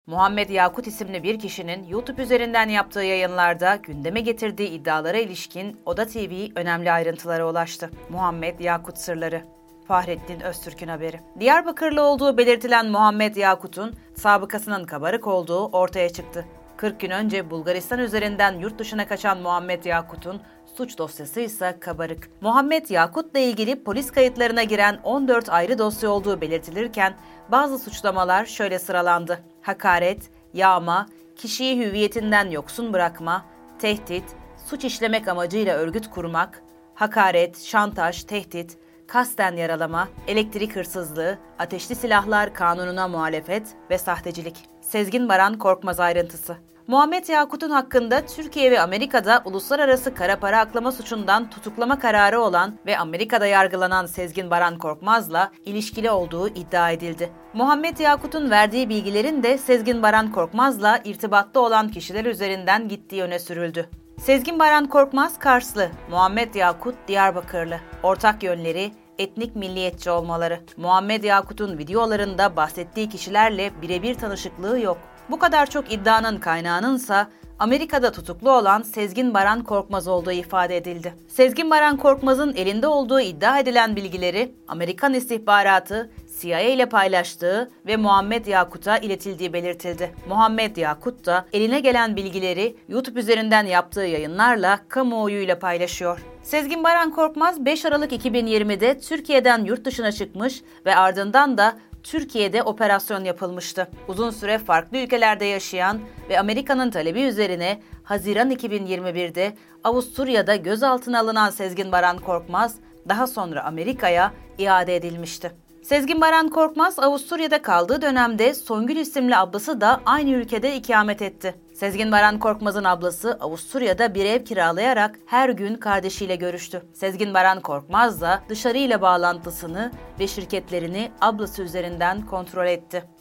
Muhammed Yakut isimli bir kişinin YouTube üzerinden yaptığı yayınlarda gündeme getirdiği iddialara ilişkin Oda TV önemli ayrıntılara ulaştı. Muhammed Yakut sırları. Fahrettin Öztürk'ün haberi. Diyarbakırlı olduğu belirtilen Muhammed Yakut'un sabıkasının kabarık olduğu ortaya çıktı. 40 gün önce Bulgaristan üzerinden yurt dışına kaçan Muhammed Yakut'un suç dosyası ise kabarık. Muhammed Yakut'la ilgili polis kayıtlarına giren 14 ayrı dosya olduğu belirtilirken bazı suçlamalar şöyle sıralandı: hakaret, yağma, kişiyi hüviyetinden yoksun bırakma, tehdit, suç işlemek amacıyla örgüt kurmak, hakaret, şantaj, tehdit, kasten yaralama, elektrik hırsızlığı, ateşli silahlar kanununa muhalefet ve sahtecilik. Sezgin Baran Korkmaz ayrıntısı. Muhammed Yakut'un hakkında Türkiye ve Amerika'da uluslararası kara para aklama suçundan tutuklama kararı olan ve Amerika'da yargılanan Sezgin Baran Korkmaz'la ilişkili olduğu iddia edildi. Muhammed Yakut'un verdiği bilgilerin de Sezgin Baran Korkmaz'la irtibatta olan kişiler üzerinden gittiği öne sürüldü. Sezgin Baran Korkmaz Karslı, Muhammed Yakut Diyarbakırlı. Ortak yönleri etnik milliyetçi olmaları. Muhammed Yakut'un videolarında bahsettiği kişilerle birebir tanışıklığı yok. Bu kadar çok iddianın kaynağınınsa Amerika'da tutuklu olan Sezgin Baran Korkmaz olduğu ifade edildi. Sezgin Baran Korkmaz'ın elinde olduğu iddia edilen bilgileri Amerikan istihbaratı CIA ile paylaştığı ve Muhammed Yakut'a iletildiği belirtildi. Muhammed Yakut da eline gelen bilgileri YouTube üzerinden yaptığı yayınlarla kamuoyuyla paylaşıyor. Sezgin Baran Korkmaz 5 Aralık 2020'de Türkiye'den yurt dışına çıkmış ve ardından da Türkiye'de operasyon yapılmıştı. Uzun süre farklı ülkelerde yaşayan ve Amerika'nın talebi üzerine Haziran 2021'de Avusturya'da gözaltına alınan Sezgin Baran Korkmaz daha sonra Amerika'ya iade edilmişti. Sezgin Baran Korkmaz, Avusturya'da kaldığı dönemde Songül isimli ablası da aynı ülkede ikamet etti. Sezgin Baran Korkmaz'ın ablası Avusturya'da bir ev kiralayarak her gün kardeşiyle görüştü. Sezgin Baran Korkmaz da dışarıyla bağlantısını ve şirketlerini ablası üzerinden kontrol etti.